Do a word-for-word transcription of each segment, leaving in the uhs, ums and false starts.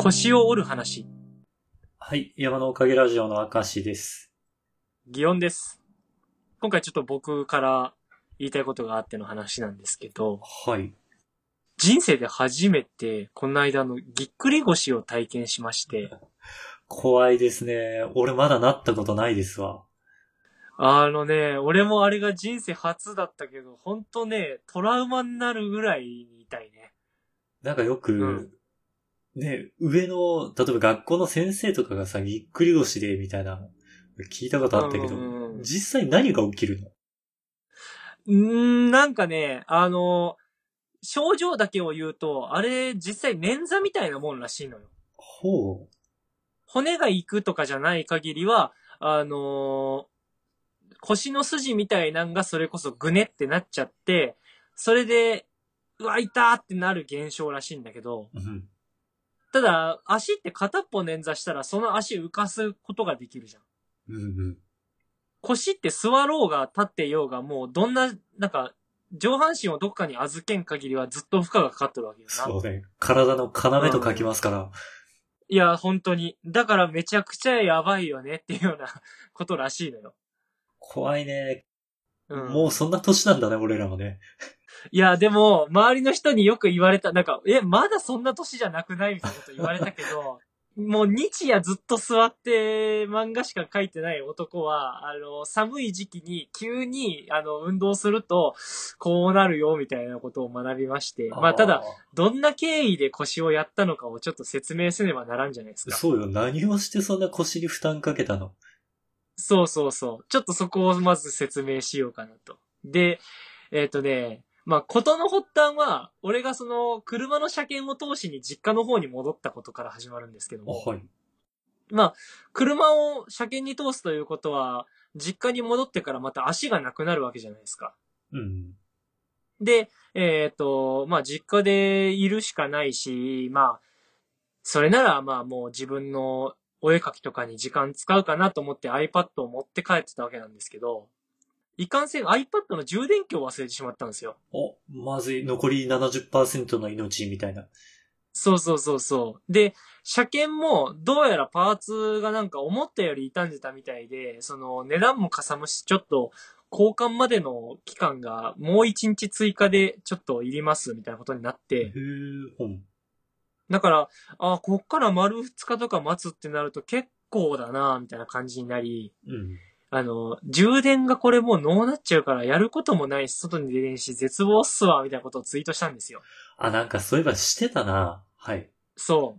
腰を折る話。 はい。山のおかげラジオの明石です。 祇園です。今回ちょっと僕から言いたいことがあっての話なんですけど、 はい。 人生で初めてこの間のぎっくり腰を体験しまして、 怖いですね。俺まだなったことないですわ。 あのね、俺もあれが人生初だったけど、ほんとね、トラウマになるぐらいに痛いね。 なんかようく、 ん。 ね、上の、例えば学校の先生とかがさ、ぎっくり腰で、みたいな、聞いたことあったけど、 うん。 実際何が起きるの？ うーん、なんかね、あの、症状だけを言うと、あれ実際捻挫みたいなもんらしいのよ。 ほう。 骨が行くとかじゃない限りは、あのー腰の筋みたいなんがそれこそぐねってなっちゃって、それで、うわ、痛ーってなる現象らしいんだけど、 うん。 ただ、足って片っぽ捻挫したらその足浮かすことができるじゃん。 うんうん。 腰って座ろうが立っていようがもうどんな、なんか、上半身をどっかに預けん限りはずっと負荷がかかってるわけよな。 そうね。体の要と書きうん。 ますから。 いや、本当に。だからめちゃくちゃやばいよねっていうようなことらしいのよ。 怖いね。 うん。 もうそんな年なんだね、俺らもね。 いや、でも、周りの人によく言われた、なんか、え、まだそんな年じゃなくないみたいなこと言われたけど、もう日夜ずっと座って漫画しか描いてない男は、あの、寒い時期に急に、あの、運動すると、こうなるよ、みたいなことを学びまして。まあ、ただ、 あどんな経緯で腰をやったのかをちょっと説明せねばならんじゃないですあ。 か。 そうよ。何をしてそんな腰に負担かけたの？ そうそうそう。ちょっとそこをまず説明しようかなと。で、えっとね、まあ、ことの発端は、俺がその、車の車検を通しに実家の方に戻ったことから始まるんですけどあ、 も、 はい。 まあ、車を車検に通すということは、実家に戻ってからまた足がなくなるわけじゃないですか。 うん。 で、えっと、まあ、実家でいるしかないし、まあ、それならまあもう自分のお絵描きとかに時間使うかなと思って iPad を持って帰ってたわけなんですけど、いかんせん iPad の充電器を忘れてしまったんですよ。 お、まずい、残りななじゅっパーセントの命みたいな。 そうそうそうそう。で、車検もどうやらパーツがなんか思ったより傷んでたみたいで、その値段もかさむし、ちょっと交換までの期間がもういちにち追加でちょっといりますみたいなことになっへて、 え、ほん。 だから、あ、こっから丸ふつかとか待つってなると結構だなみたいな感じになり、 うん。 あの、充電がこれもうノーなっちゃうからやることもないし、外に出れんし、絶望っすわ、みたいなことをツイートしたんですよ。 あ、なんかそういえばしてたな。はい。 そう。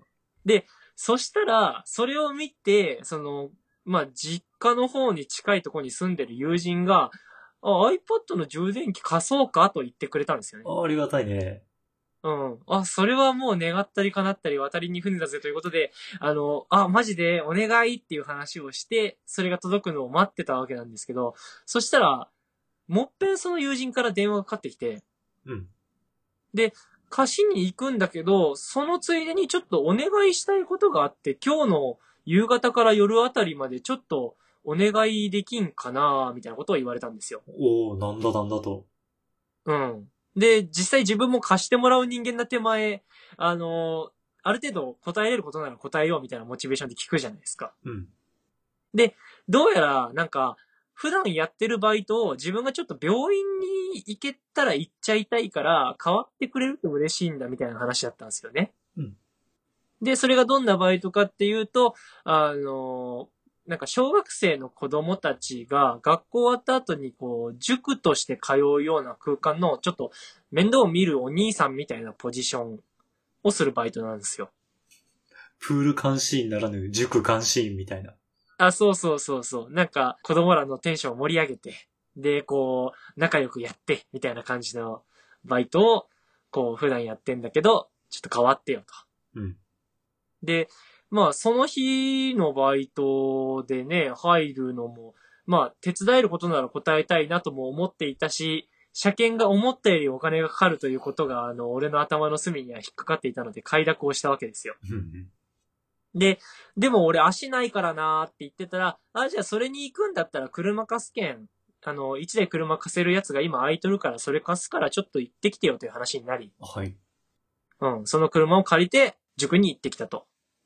で、そしたら、それを見て、その、まあ、実家の方に近いところに住んでる友人が、あ、iPad の充電器貸そうかと言ってくれたんですよね。 あ、ありがたいね。 うん。あ、それはもう願ったり叶ったり渡りに船だぜということで、あの、あ、マジでお願いっていう話をして、それが届くのを待ってたわけなんですけど、そしたら、もっぺんその友人から電話がかかってきて、 うん。 で、貸しに行くんだけど、そのついでにちょっとお願いしたいことがあって、今日の夕方から夜あたりまでちょっとお願いできんかなみたいなことを言われたんですよ。 おー、なんだなんだと。 うん。で、実際自分も貸してもらう人間な手前、あの、ある程度答えれることなら答えようみたいなモチベーションで聞くじゃないですか。 うん。 で、どうやら、なんか、普段やってるバイトを自分がちょっと病院に行けたら行っちゃいたいから、代わってくれると嬉しいんだみたいな話だったんですよね。 うん。 で、それがどんなバイトかっていうと、あの、なんか小学生の子供たちが学校終わった後にこう、塾として通うような空間のちょっと面倒を見るお兄さんみたいなポジションをするバイトなんですよ。 プール監視員ならぬ塾監視員みたいな。 あ、そうそうそうそう。なんか子供らのテンションを盛り上げて、で、こう、仲良くやって、みたいな感じのバイトを、こう、普段やってんだけど、ちょっと変わってよと。 うん。 で、まあ、その日のバイトでね、入るのも、まあ、手伝えることなら答えたいなとも思っていたし、車検が思ったよりお金がかかるということが、あの、俺の頭の隅には引っかかっていたので、快諾をしたわけですよ。 うん。 で、でも俺足ないからなーって言ってたら、あ、じゃあそれに行くんだったら車貸すけん、あの、一台車貸せるやつが今空いとるから、それ貸すからちょっと行ってきてよという話になり、 はい。 うん、その車を借りて、塾に行ってきたと。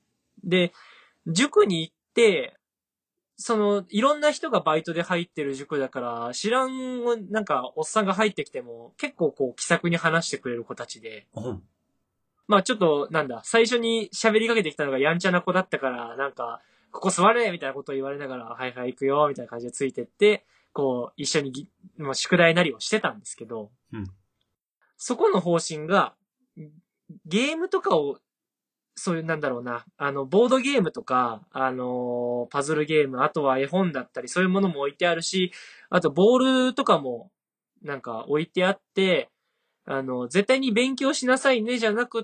で、塾に行って、その、いろんな人がバイトで入ってる塾だから、知らん、なんか、おっさんが入ってきても、結構こう、気さくに話してくれる子たちで、 うん。 まあちょっと、なんだ、最初に喋りかけてきたのがやんちゃな子だったから、なんか、ここ座れみたいなことを言われながら、はいはい行くよみたいな感じでついてって、こう、一緒にぎ、まあ、宿題なりをしてたんですけど、 うん。 そこの方針が、ゲームとかを、そういう、なんだろうな、あの、ボードゲームとか、あのーパズルゲーム、あとは絵本だったり、そういうものも置いてあるし、あと、ボールとかも、なんか置いてあって、あの、絶対に勉強しなさいね、じゃなくって、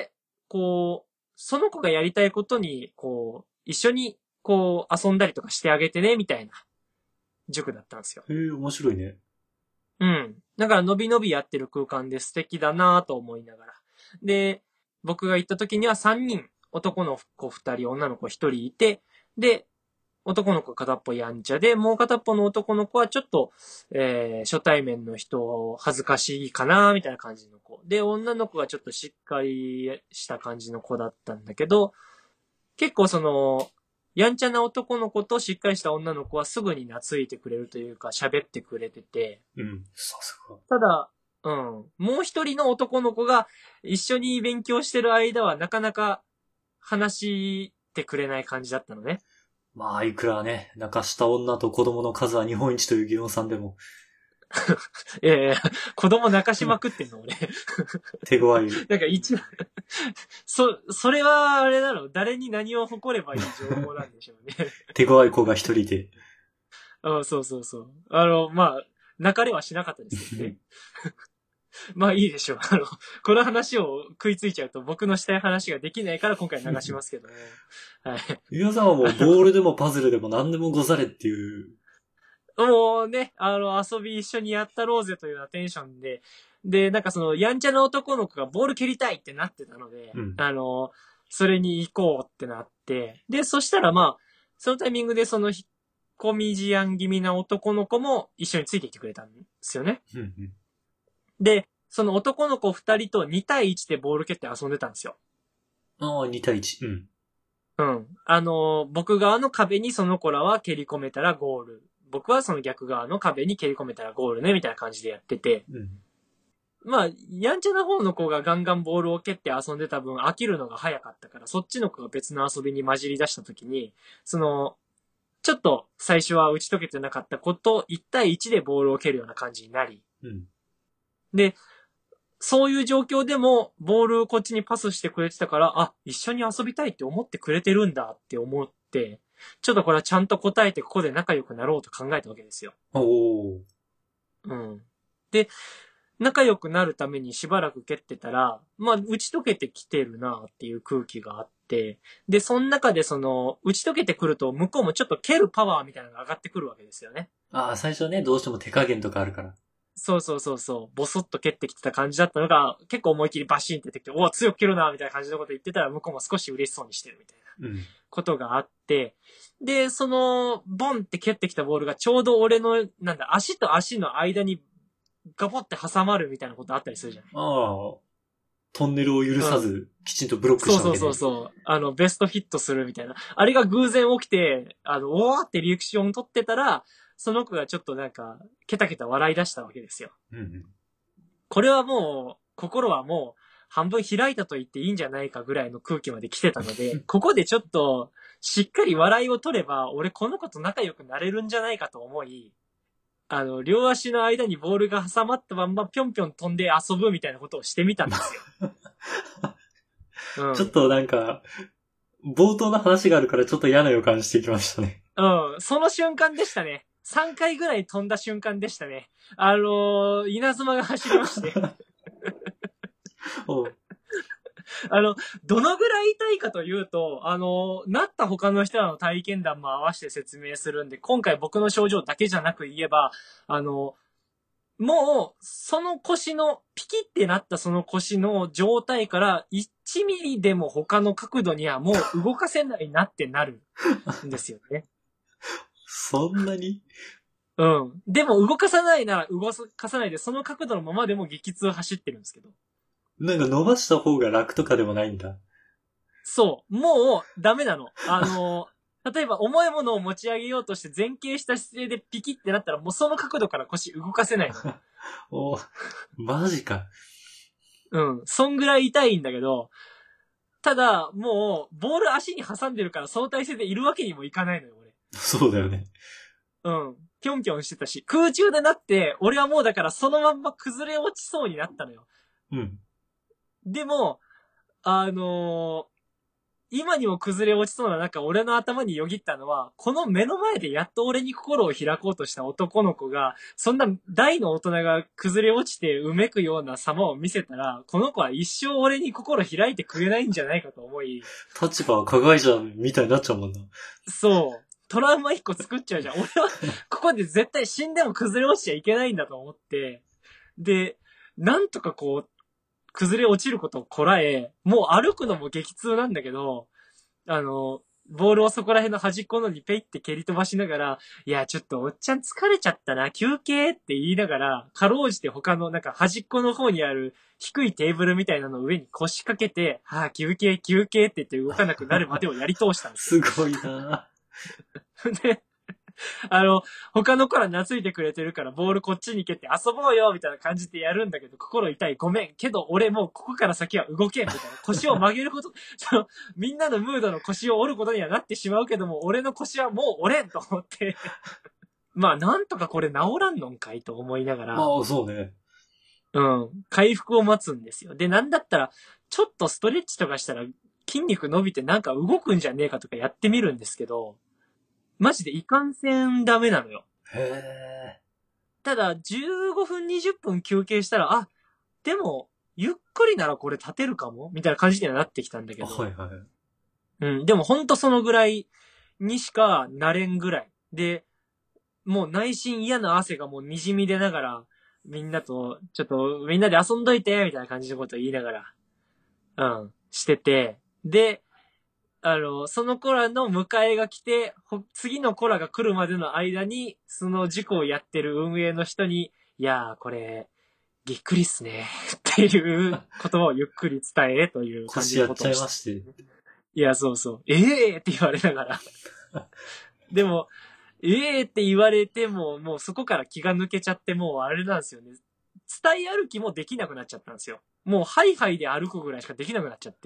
こう、その子がやりたいことに、こう、一緒に、こう、遊んだりとかしてあげてね、みたいな塾だったんですよ。 へえ、面白いね。 うん。だから、のびのびやってる空間で素敵だなと思いながら。で、僕が行った時にはさんにん、男の子ふたり、女の子ひとりいて、で、男の子片っぽやんちゃで、もう片っぽの男の子はちょっと、えー、初対面の人恥ずかしいかな、みたいな感じの子。で、女の子がちょっとしっかりした感じの子だったんだけど、結構その、やんちゃな男の子としっかりした女の子はすぐに懐いてくれるというか喋ってくれてて、 うん。さすが。 ただ、うん、もう一人の男の子が一緒に勉強してる間はなかなか話してくれない感じだったのね。 まあ、いくらね、泣かした女と子供の数は日本一という議論さんでも。 いやいや、子供泣かしまくってんの俺。 手強い。 なんか一番、そ、それはあれだろう。誰に何を誇ればいい情報なんでしょうね。 手強い子が一人で。 あ、そうそうそう。あの、まあ、泣かれはしなかったですけどね。まあいいでしょう。あの、この話を食いついちゃうと僕のしたい話ができないから今回流しますけども。はい。 皆さんはもうボールでもパズルでも何でもござれっていう。 もうね、あの、遊び一緒にやったろうぜというようなテンションで、で、なんかその、やんちゃな男の子がボール蹴りたいってなってたので、 うん、 あの、それに行こうってなって、で、そしたらまあ、そのタイミングでその、引っ込み思案気味な男の子も一緒についてきてくれたんですよね。 うんうん、 で、その男の子二人とに対いちでボール蹴って遊んでたんですよ。 ああ、に対いち。うん。 うん。あの、僕側の壁にその子らは蹴り込めたらゴール。僕はその逆側の壁に蹴り込めたらゴールね、みたいな感じでやってて。 うん。 まあ、やんちゃな方の子がガンガンボールを蹴って遊んでた分飽きるのが早かったから、そっちの子が別の遊びに混じり出した時に、その、ちょっと最初は打ち解けてなかった子といち対いちでボールを蹴るような感じになり。 うん。 で、そういう状況でもボールをこっちにパスしてくれてたから、あ、一緒に遊びたいって思ってくれてるんだって思って、ちょっとこれはちゃんと答えてここで仲良くなろうと考えたわけですよ。 おー。 うん。で、仲良くなるためにしばらく蹴ってたら、まあ、打ち解けてきてるなっていう空気があって、で、その中でその、打ち解けてくると向こうもちょっと蹴るパワーみたいなのが上がってくるわけですよね。 ああ、最初ね、どうしても手加減とかあるから。 そうそうそうそう、ボソッと蹴ってきてた感じだったのが、結構思い切りバシンって出てきて、おお、強く蹴るなみたいな感じのこと言ってたら、向こうも少し嬉しそうにしてるみたいなうん。 ことがあって、で、その、ボンって蹴ってきたボールがちょうど俺の、なんだ、足と足の間にガポって挟まるみたいなことあったりするじゃない。 ああ、トンネルを許さず、きちんとブロックしたわけね。 そうそうそうそう。あの、ベストフィットするみたいな。あれが偶然起きて、あの、おーってリアクション取ってたら、その子がちょっとなんか、ケタケタ笑い出したわけですよ。 うんうん。 これはもう、心はもう、半分開いたと言っていいんじゃないかぐらいの空気まで来てたので、ここでちょっと、しっかり笑いを取れば、俺この子と仲良くなれるんじゃないかと思い、あの、両足の間にボールが挟まったまんまぴょんぴょん飛んで遊ぶみたいなことをしてみたんですよ。うん、 ちょっとなんか、冒頭の話があるからちょっと嫌な予感してきましたね。 うん、その瞬間でしたね。さんかいぐらい飛んだ瞬間でしたね。あのー、稲妻が走りまして。 おうあの、どのぐらい痛いかというと、あの、なった他の人らの体験談も合わせて説明するんで、今回僕の症状だけじゃなく言えば、あの、もう、その腰の、ピキってなったその腰の状態からいちミリでも他の角度にはもう動かせないなってなるんですよね。 そんなにうん。でも動かさないなら動かさないで、その角度のままでも激痛走ってるんですけど。 なんか伸ばした方が楽とかでもないんだ。 そう、もうダメなの。あの、例えば重いものを持ち上げようとして前傾した姿勢でピキってなったらもうその角度から腰動かせないの。 おマジか。 うん。そんぐらい痛いんだけど、ただ、もう、ボール足に挟んでるから相対性でいるわけにもいかないのよ、俺。 そうだよね。 うん。ぴょんぴょんしてたし、空中でなって、俺はもうだからそのまんま崩れ落ちそうになったのよ。 うん。 でも、あのー今にも崩れ落ちそうな中、俺の頭によぎったのは、この目の前でやっと俺に心を開こうとした男の子が、そんな大の大人が崩れ落ちてうめくような様を見せたら、この子は一生俺に心開いてくれないんじゃないかと思い、 立場は加害者みたいになっちゃうもんな。 そう。トラウマ一個作っちゃうじゃん。俺は、ここで絶対死んでも崩れ落ちちゃいけないんだと思って、で、なんとかこう、崩れ落ちることをこらえ、もう歩くのも激痛なんだけど、あの、ボールをそこら辺の端っこのにペイって蹴り飛ばしながら、いや、ちょっとおっちゃん疲れちゃったな、休憩って言いながら、かろうじて他のなんか端っこの方にある低いテーブルみたいなのを上に腰掛けて、はあ、休憩、休憩って言って動かなくなるまでをやり通したんですよ。 すごいなで、あの、他の子ら懐いてくれてるからボールこっちに蹴って遊ぼうよみたいな感じでやるんだけど、心痛い、ごめん。けど俺もうここから先は動けんみたいな。腰を曲げること、その、みんなのムードの腰を折ることにはなってしまうけども、俺の腰はもう折れんと思って。まあ、なんとかこれ治らんのんかいと思いながら。 まあ、そうね。 うん。回復を待つんですよ。で、なんだったら、ちょっとストレッチとかしたら筋肉伸びてなんか動くんじゃねえかとかやってみるんですけど、マジでいかんせんダメなのよ。 へえ。 ただ、じゅうごふん、にじゅっぷん休憩したら、あ、でも、ゆっくりならこれ立てるかもみたいな感じにはなってきたんだけど。 はいはい。 うん、でもほんとそのぐらいにしかなれんぐらい。で、もう内心嫌な汗がもう滲み出ながら、みんなと、ちょっとみんなで遊んどいて、みたいな感じのことを言いながら、うん、してて、で、あの、その子らの迎えが来て、次の子らが来るまでの間に、その事故をやってる運営の人に、いやー、これ、ぎっくりっすね。っていう言葉をゆっくり伝えという感じのことを腰やっちゃいまして。 いや、そうそう。ええー、って言われながら。でも、ええー、って言われても、もうそこから気が抜けちゃって、もうあれなんですよね。伝え歩きもできなくなっちゃったんですよ。もうハイハイで歩くぐらいしかできなくなっちゃって。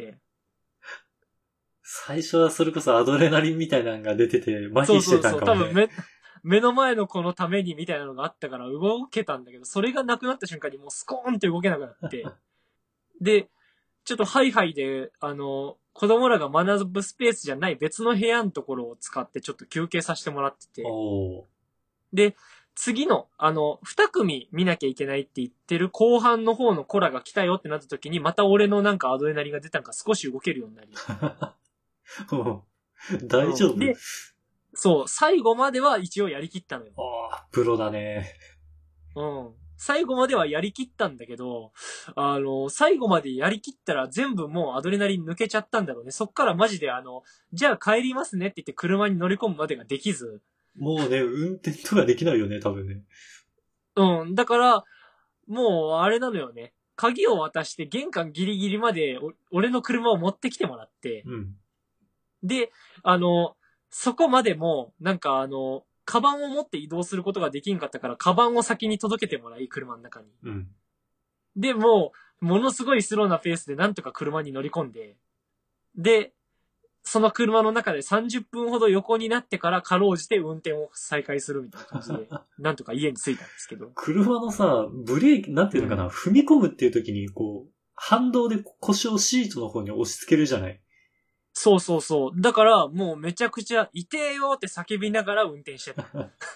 最初はそれこそアドレナリンみたいなのが出てて、麻痺してたんかもね。そうそうそう。 多分目、目の前の子のためにみたいなのがあったから動けたんだけど、それがなくなった瞬間にもうスコーンって動けなくなって。で、ちょっとハイハイで、あの、子供らが学ぶスペースじゃない別の部屋のところを使ってちょっと休憩させてもらってて。 おー。 で、次の、あの、二組見なきゃいけないって言ってる後半の方の子らが来たよってなった時に、また俺のなんかアドレナリンが出たんか少し動けるようになり。 大丈夫、うん、 で、そう、最後までは一応やりきったのよ。 ああ、プロだね。 うん。最後まではやりきったんだけど、あの、最後までやりきったら全部もうアドレナリン抜けちゃったんだろうね。そっからマジであの、じゃあ帰りますねって言って車に乗り込むまでができず。 もうね、運転とかできないよね、多分ね。 うん。だから、もうあれなのよね。鍵を渡して玄関ギリギリまで俺の車を持ってきてもらって。 うん。 で、あの、そこまでも、なんかあの、カバンを持って移動することができんかったから、カバンを先に届けてもらい、車の中に。 うん。 で、もう、ものすごいスローなペースでなんとか車に乗り込んで、で、その車の中でさんじゅっぷんほど横になってからかろうじて運転を再開するみたいな感じで、なんとか家に着いたんですけど。 車のさ、ブレーキ、なんていうのかな、うん、踏み込むっていう時に、こう、反動で腰をシートの方に押し付けるじゃない。 そうそうそう。だから、もうめちゃくちゃ、痛えよって叫びながら運転してた。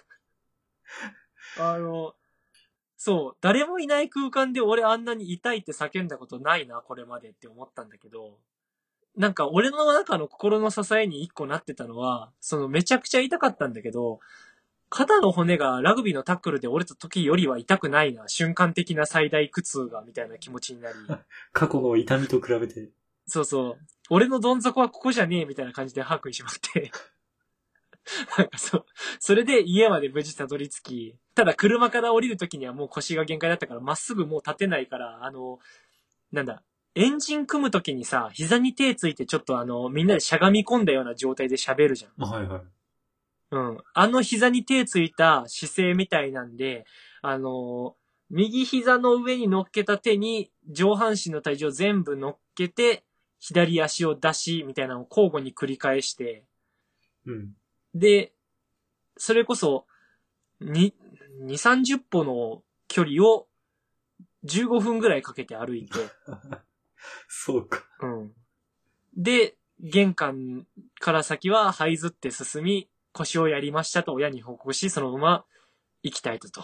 あの、そう、誰もいない空間で俺あんなに痛いって叫んだことないな、これまでって思ったんだけど、なんか俺の中の心の支えに一個なってたのは、そのめちゃくちゃ痛かったんだけど、肩の骨がラグビーのタックルで折れた時よりは痛くないな、瞬間的な最大苦痛が、みたいな気持ちになり。 過去の痛みと比べて。 そうそう。俺のどん底はここじゃねえ、みたいな感じで把握にしまって。なんかそう。それで家まで無事たどり着き、ただ車から降りる時にはもう腰が限界だったから、まっすぐもう立てないから、あの、なんだ、 エンジン組むときにさ、膝に手ついてちょっとあの、みんなでしゃがみ込んだような状態で喋るじゃん。 はいはい。 うん。あの膝に手ついた姿勢みたいなんで、あの、右膝の上に乗っけた手に上半身の体重を全部乗っけて、左足を出し、みたいなのを交互に繰り返して、 うん。 で、それこそ、に、に、さんじゅっぽの距離をじゅうごふんぐらいかけて歩いて、 そうか。 うん。で、玄関から先は這いずって進み、腰をやりましたと親に報告し、そのまま行きたいと、と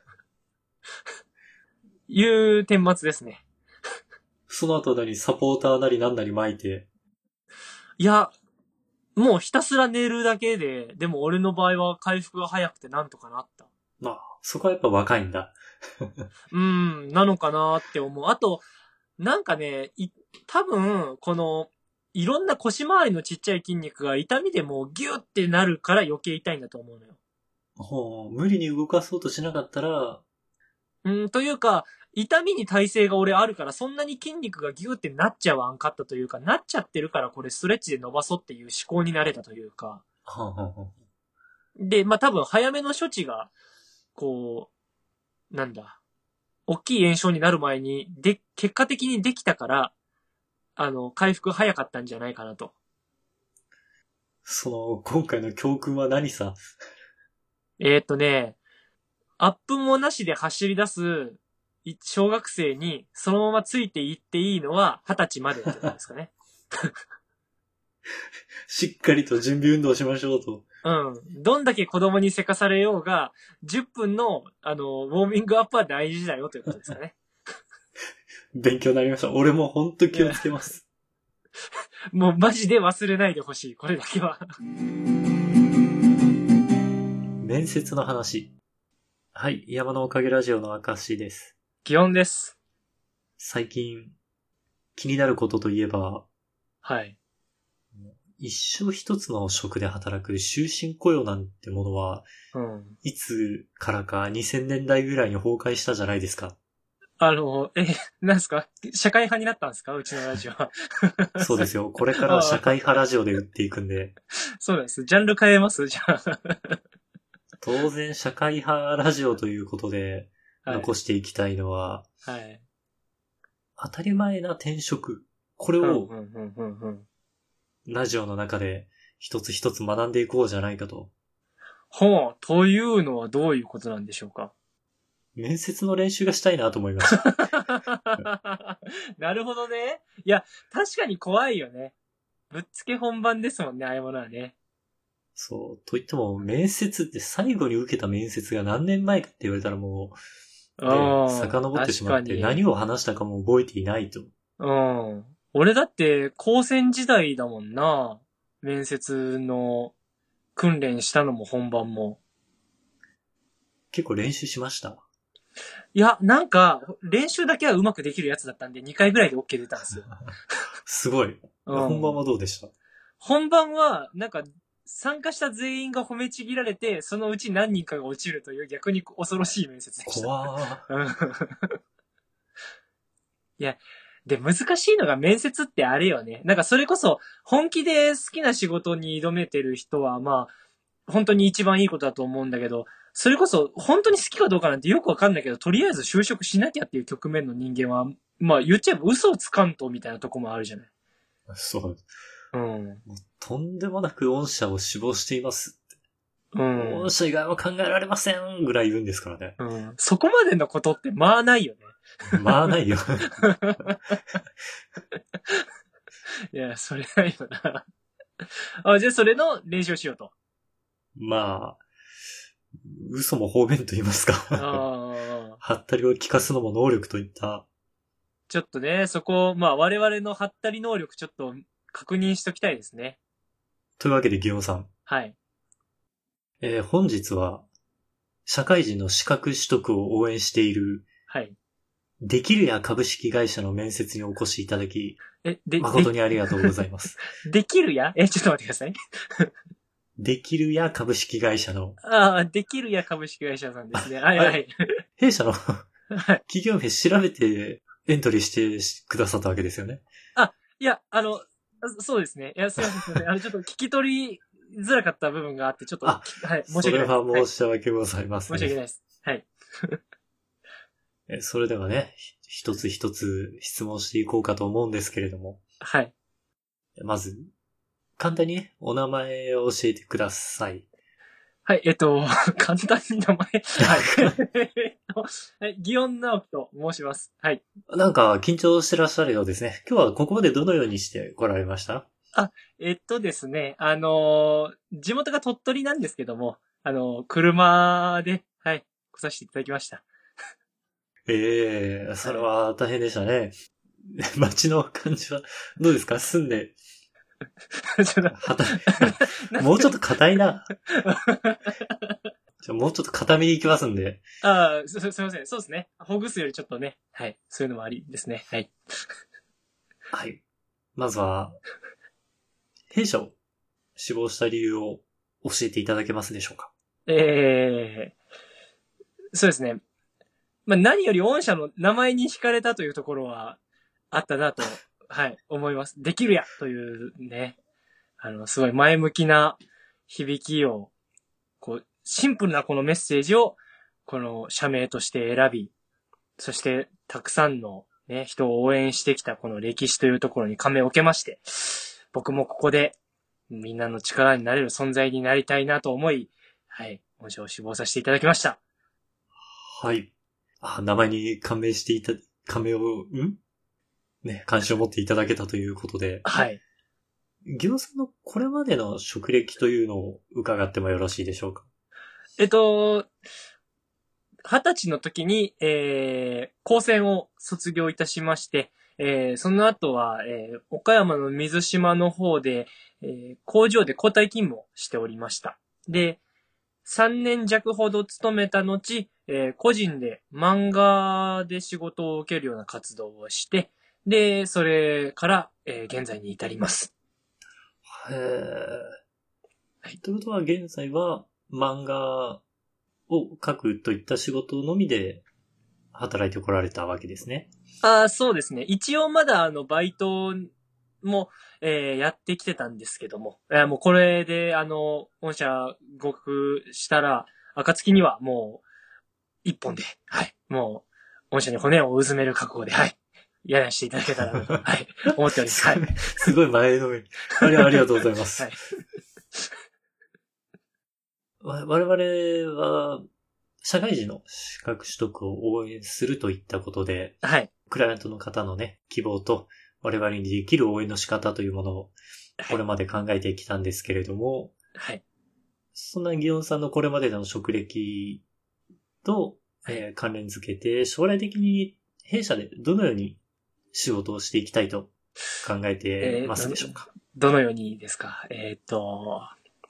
いう顛末ですね。 その後何サポーターなりなんなり巻いて。 いや、もうひたすら寝るだけで、でも俺の場合は回復が早くてなんとかなった。 まあ、そこはやっぱ若いんだ。 うーん、なのかなって思う。あと、なんかね、い、多分、この、いろんな腰回りのちっちゃい筋肉が痛みでもうギュッてなるから余計痛いんだと思うのよ。 ほう、無理に動かそうとしなかったら、 うん、というか、痛みに耐性が俺あるから、そんなに筋肉がギューってなっちゃわんかったというか、なっちゃってるからこれストレッチで伸ばそうっていう思考になれたというか。 はあはあはあ、 で、まあ多分早めの処置が、こう、なんだ、大きい炎症になる前に、で、結果的にできたから、あの、回復早かったんじゃないかなと。 その、今回の教訓は何さ。 えーっとね、アップもなしで走り出すい小学生にそのままついていっていいのは二十歳までってことですかね。 しっかりと準備運動しましょうと。 うん。どんだけ子供にせかされようが、じゅっぷんの、あの、ウォーミングアップは大事だよということですかね。 勉強になりました。俺もほんと気をつけます。 もうマジで忘れないでほしい。これだけは。 面接の話。はい、山のおかげラジオの証です。 気温です。 最近、気になることといえば、 はい。 一生一つの職で働く終身雇用なんてものは、 うん。 いつからかにせんねんだいぐらいに崩壊したじゃないですか。 あの、え、なんすか社会派になったんですかうちのラジオは。 そうですよ。これからは社会派ラジオで売っていくんで。 そうなんです。ジャンル変えますじゃあ。 当然社会派ラジオということではい、 残していきたいのは、 はい。 当たり前な転職。これを、ラジオの中で一つ一つ学んでいこうじゃないかと。 ほう、というのはどういうことなんでしょうか。 面接の練習がしたいなと思いました。 なるほどね。いや、確かに怖いよね。ぶっつけ本番ですもんね、ああいうものはね。 そう。と言っても、面接って最後に受けた面接が何年前かって言われたらもう、ね、遡ってしまって何を話したかも覚えていないと。 うん。俺だって高専時代だもんな。面接の訓練したのも本番も。 結構練習しました？ いや、なんか、練習だけはうまくできるやつだったんで、にかいぐらいで OK 出たんですよ。 すごい。うん、本番はどうでした？ 本番は、なんか、参加した全員が褒めちぎられて、そのうち何人かが落ちるという逆に恐ろしい面接でした。 怖ー。 いや、で、難しいのが面接ってあれよね。なんかそれこそ、本気で好きな仕事に挑めてる人は、まあ、本当に一番いいことだと思うんだけど、それこそ、本当に好きかどうかなんてよくわかんないけど、とりあえず就職しなきゃっていう局面の人間は、まあ言っちゃえば嘘をつかんとみたいなとこもあるじゃない。 そう。 うん。 とんでもなく御社を志望しています。 うん。 御社以外は考えられませんぐらい言うんですからね。 うん。そこまでのことってまあないよね。 まあないよ。 いや、それないよな。あ、じゃあそれの練習をしようと。 まあ、嘘も方便と言いますか。はったりを聞かすのも能力といった。 ちょっとね、そこ、まあ我々のはったり能力ちょっと確認しときたいですね。 というわけで、ギオンさん。 はい。 えー、本日は、社会人の資格取得を応援している、 はい。 できるや株式会社の面接にお越しいただき、 え、で、 誠にありがとうございます。 できるやえ、ちょっと待ってください。 できるや株式会社の。 ああ、できるや株式会社さんですね。はいはい。 弊社の企業名調べてエントリーしてくださったわけですよね。 あ、いや、あの、そうですね。いや、すいません、すいません。あの、ちょっと聞き取りづらかった部分があって、ちょっと、 あ、 はい、申し訳ないです。 それは申し訳ございません。 はい、申し訳ないです。はい。 えそれではね、一つ一つ質問していこうかと思うんですけれども。 はい。 まず、簡単にね、お名前を教えてください。 はい、えっと、簡単に名前。はい。えっと、はい、祇園直樹と申します。はい。 なんか、緊張してらっしゃるようですね。今日はここまでどのようにして来られました？ あ、えっとですね、あのー、地元が鳥取なんですけども、あのー、車で、はい、来させていただきました。 ええー、それは大変でしたね。街の感じは、どうですか？住んで。もうちょっと硬いな。じゃもうちょっと硬めに行きますんで。 ああ、す、すいません。そうですね。ほぐすよりちょっとね。はい。そういうのもありですね。はい。 はい。まずは、弊社を死亡した理由を教えていただけますでしょうか？ ええー、そうですね。まあ、何より御社の名前に惹かれたというところはあったなと、はい、思います。できるやというね、あの、すごい前向きな響きを、こう、シンプルなこのメッセージを、この社名として選び、そしてたくさんのね、人を応援してきたこの歴史というところに感銘を受けまして、僕もここでみんなの力になれる存在になりたいなと思い、はい、御社を志望させていただきました。 はい。あ、名前に感銘していた、感銘を、んね、関心を持っていただけたということで。 はい。 ギョさんのこれまでの職歴というのを伺ってもよろしいでしょうか？ えっと、二十歳の時に、えー、高専を卒業いたしまして、えー、その後は、えー、岡山の水島の方で、えー、工場で交代勤務をしておりました。で、さんねん弱ほど勤めた後、えー、個人で漫画で仕事を受けるような活動をして、で、それから、えー、現在に至ります。 へー。はい。ということは現在は漫画を書くといった仕事のみで働いてこられたわけですね。 ああ、そうですね。一応まだあの、バイトも、えー、やってきてたんですけども、えー、もうこれで、あの、御社合格したら、暁にはもう、一本で、はい、もう、御社に骨をうずめる覚悟で、はい、やらせていただけたらなと、はい、思っております。はい。 すごい前のめり。ありありがとうございます。はい。我々は、社会人の資格取得を応援するといったことで、 はい。 クライアントの方のね、希望と我々にできる応援の仕方というものを、これまで考えてきたんですけれども、 はい。 そんなギオンさんのこれまでの職歴と、えー、関連づけて、将来的に弊社でどのように仕事をしていきたいと考えてますでしょうか？ えー、ど, どのようにですか？えー、っと、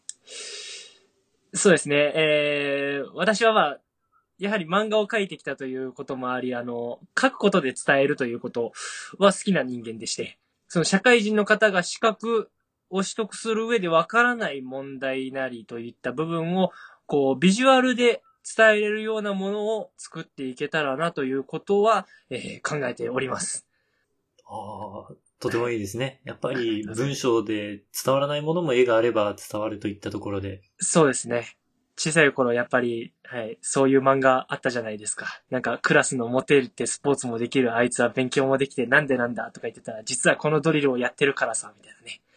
そうですね。えー、私はまあ、やはり漫画を描いてきたということもあり、あの、書くことで伝えるということは好きな人間でして、その社会人の方が資格を取得する上でわからない問題なりといった部分を、こう、ビジュアルで伝えれるようなものを作っていけたらなということは、えー、考えております。 ああ、とてもいいですね。やっぱり文章で伝わらないものも絵があれば伝わるといったところで。 そうですね。小さい頃やっぱり、はい、そういう漫画あったじゃないですか。なんかクラスのモテるってスポーツもできるあいつは勉強もできてなんでなんだとか言ってたら、実はこのドリルをやってるからさ、みたいなね。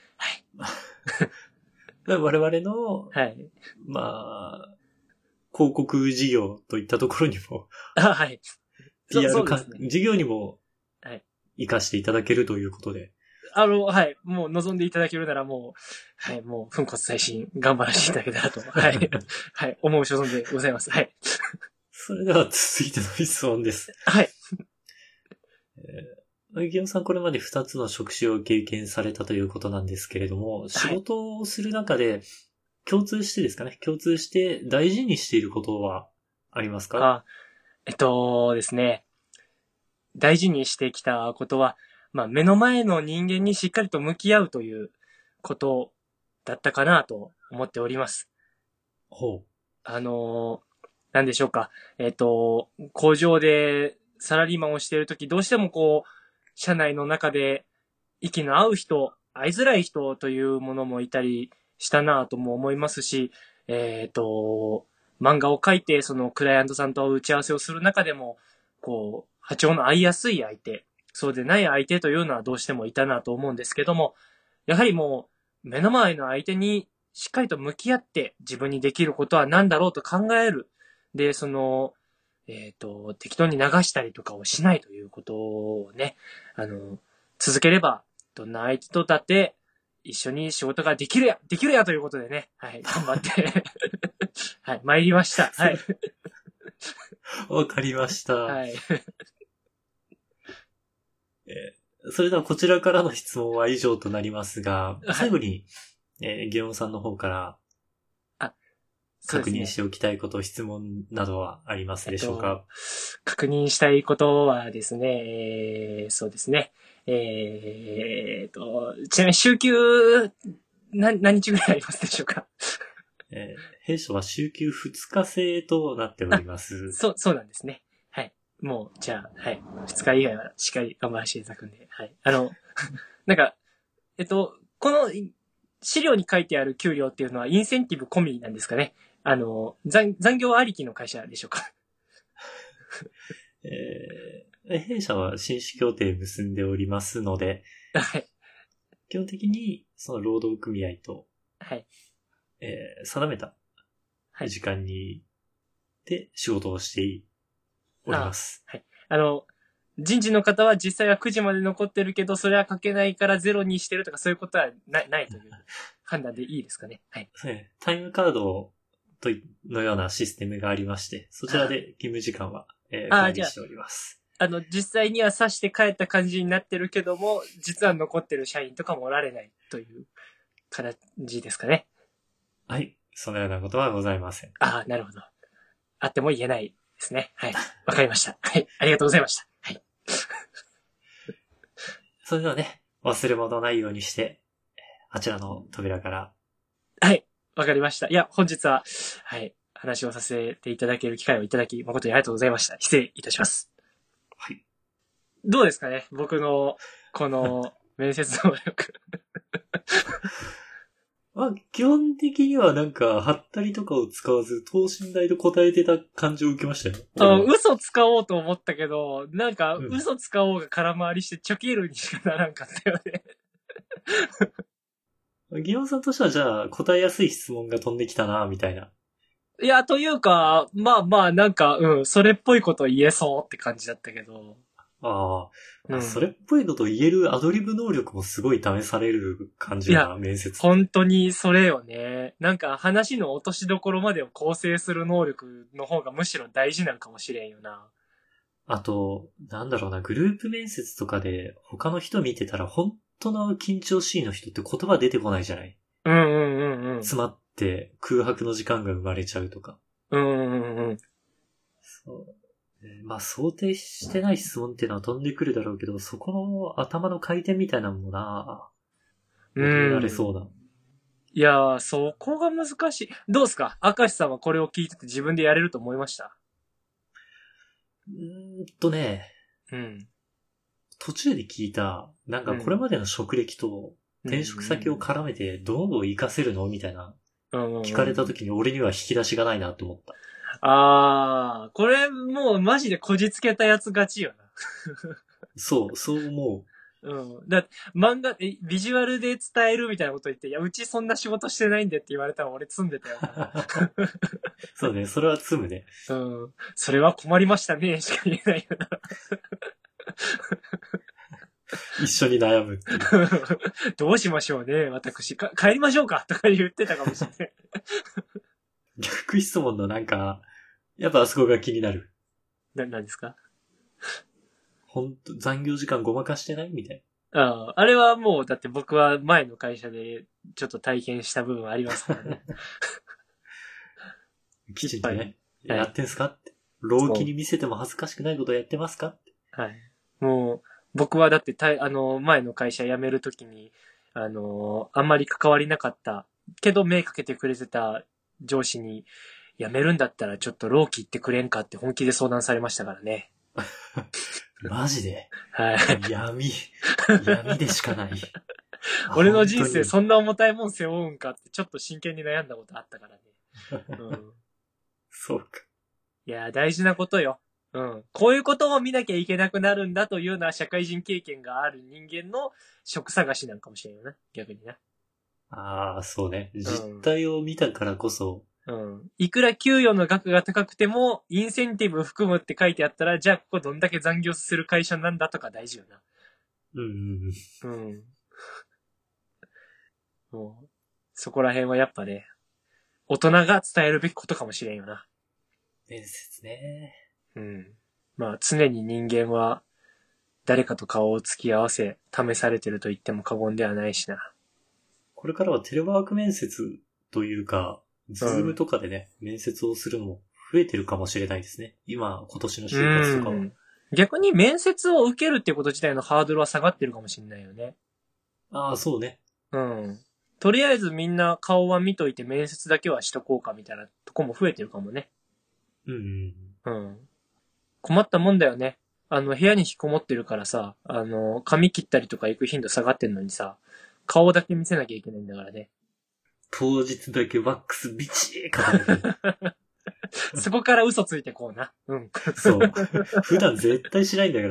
はい。我々の、 はい。 まあ、広告事業といったところにも、 あ、はい。 ピーアール か、 ね、 事業にも、 はい。 活かしていただけるということで。 あの、はい。もう望んでいただけるならもう、はい。もう、粉骨最新、頑張らせていただけたらと、はい。はい。思う所存でございます。はい。 それでは続いての質問です。 はい。 えー、ギオさんこれまでふたつの職種を経験されたということなんですけれども、仕事をする中で、共通してですかね、共通して大事にしていることはありますか？ あ、えっとですね、大事にしてきたことは、まあ、目の前の人間にしっかりと向き合うということだったかなと思っております。 ほう。 あの、なんでしょうか。えっと、工場でサラリーマンをしているとき、どうしてもこう、社内の中で息の合う人、会いづらい人というものもいたりしたなぁとも思いますし、えっと、漫画を描いて、そのクライアントさんと打ち合わせをする中でも、こう、波長の合いやすい相手、そうでない相手というのはどうしてもいたなと思うんですけども、やはりもう、目の前の相手にしっかりと向き合って自分にできることは何だろうと考える。で、その、えっと、適当に流したりとかをしないということをね、あの、続ければ、どんな相手とだって一緒に仕事ができるや、できるやということでね、はい、頑張って、はい、参りました。はい。 わかりました。 はい。 えーそれではこちらからの質問は以上となりますが、 はい最後に、えー、ゲオンさんの方から確認しておきたいこと、質問などはありますでしょうか？ 確認したいことはですね、えー、そうですね。えーと、ちなみに週休、な、何日ぐらいありますでしょうか？ えー弊社は週休ふつか制となっております。 そう、そうなんですね。はい。もう、じゃあ、はい。ふつか以外はしっかり頑張らせていただくんで、はい。あの、なんか、えっと、この資料に書いてある給料っていうのはインセンティブ込みなんですかね？あの、残、残業ありきの会社でしょうか？ えー弊社は紳士協定結んでおりますので、 はい。 基本的にその労働組合と、 はい。 えー定めたはい。 時間に、で仕事をしております。 はい。あの、人事の方は実際はくじまで残ってるけど、それは書けないからゼロにしてるとかそういうことはない、ないという判断でいいですかね？はい。 タイムカードとのようなシステムがありまして、そちらで義務時間は、えー、管理しております。 あの、実際には刺して帰った感じになってるけども、実は残ってる社員とかもおられないという感じですかね？ はい。そのようなことはございません。 ああ、なるほど。あっても言えないですね。はい。わかりました。はい。ありがとうございました。はい。 それではね、忘れ物ないようにして、あちらの扉から。 はい。わかりました。いや、本日は、はい。話をさせていただける機会をいただき、誠にありがとうございました。失礼いたします。 はい。 どうですかね？僕の、この、面接能力。 まあ、基本的にはなんか、はったりとかを使わず、等身大で答えてた感じを受けましたよ。 あ、嘘使おうと思ったけど、なんか、 うん、 嘘使おうが空回りして、チョキルにしかならんかったよね。 ギオンさんとしてはじゃあ、答えやすい質問が飛んできたな、みたいな。 いや、というか、まあまあ、なんか、うん、それっぽいこと言えそうって感じだったけど。 ああ、 うん、 それっぽいのと言えるアドリブ能力もすごい試される感じだな、面接。 本当にそれよね。なんか話の落としどころまでを構成する能力の方がむしろ大事なんかもしれんよな。 あと、なんだろうな、グループ面接とかで他の人見てたら本当の緊張しいの人って言葉出てこないじゃない？ うんうんうんうん。 詰まって空白の時間が生まれちゃうとか。 うんうんうん。 そう。まあ想定してない質問っていうのは飛んでくるだろうけど、そこの頭の回転みたいなのもな、求められそうな。 いやー、そこが難しい。どうすか？明石さんはこれを聞いてて自分でやれると思いました？ うーんとね、 うん。 途中で聞いた、なんかこれまでの職歴と転職先を絡めてどう活かせるのみたいな。聞かれた時に俺には引き出しがないなと思った。 あー、これもうマジでこじつけたやつ勝ちよな。 そう、そう思う。うん。だって漫画、え、ビジュアルで伝えるみたいなこと言って、いや、うちそんな仕事してないんでって言われたら俺積んでたよ。 そうね、それは積むね。 うん。それは困りましたね、しか言えないよな。 一緒に悩むっていう。 どうしましょうね、私。か帰りましょうかとか言ってたかもしれない。 逆質問のなんか、やっぱあそこが気になる。 な、なんですか？ ほんと、残業時間ごまかしてないみたいな。ああ、あれはもう、だって僕は前の会社でちょっと体験した部分ありますからね。 きちんとね、 はい、 やってんすかって。老気に見せても恥ずかしくないことやってますかって。 はい。もう、僕はだってたい、あの、前の会社辞めるときに、あの、あんまり関わりなかった、けど目かけてくれてた上司に、辞めるんだったらちょっと老期言ってくれんかって本気で相談されましたからね。 マジではい。 闇、闇でしかない。 俺の人生本そんな重たいもん背負うんかってちょっと真剣に悩んだことあったからね。うん、 そうか。 いや、大事なことよ。うん。こういうことを見なきゃいけなくなるんだというような社会人経験がある人間の職探しなんかもしれんよな。逆にな。 ああ、そうね。実態を見たからこそ、 うん。いくら給与の額が高くても、インセンティブ含むって書いてあったら、じゃあここどんだけ残業する会社なんだとか大事よな。 うんうんうん。うん。もう、そこら辺はやっぱね、大人が伝えるべきことかもしれんよな。 面接ね。 うん。まあ常に人間は誰かと顔を突き合わせ試されてると言っても過言ではないしな。 これからはテレワーク面接というか、ズームとかでね、うん、面接をするのも増えてるかもしれないですね。今、今年の就活とかは。 逆に面接を受けるってこと自体のハードルは下がってるかもしれないよね。 ああ、そうね。 うん。とりあえずみんな顔は見といて面接だけはしとこうかみたいなとこも増えてるかもね。 うんうん。 うん。困ったもんだよね。あの、部屋に引きこもってるからさ、あの、髪切ったりとか行く頻度下がってんのにさ、顔だけ見せなきゃいけないんだからね。 当日だけワックスビチー固めて。 そこから嘘ついてこうな。うん。 そう。普段絶対しないんだから。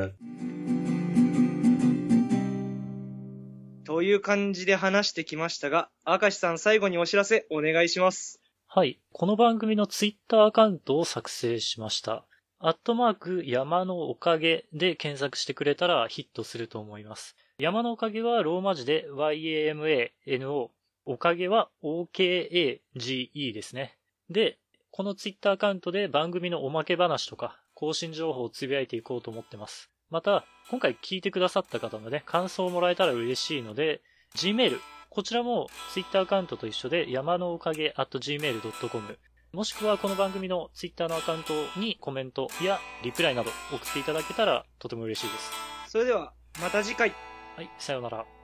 という感じで話してきましたが、明石さん最後にお知らせお願いします。 はい。この番組のツイッターアカウントを作成しました。アットマーク山のおかげで検索してくれたらヒットすると思います。山のおかげはローマ字で ワイエーエムエーエヌオー。おかげは オーケーエージーイー ですね。で、このツイッターアカウントで番組のおまけ話とか更新情報をつぶやいていこうと思ってます。また、今回聞いてくださった方のね、感想をもらえたら嬉しいので、Gmail、こちらもツイッターアカウントと一緒で山のおかげ アットジーメールドットコム もしくはこの番組のツイッターのアカウントにコメントやリプライなど送っていただけたらとても嬉しいです。 それではまた次回。 はい、さようなら。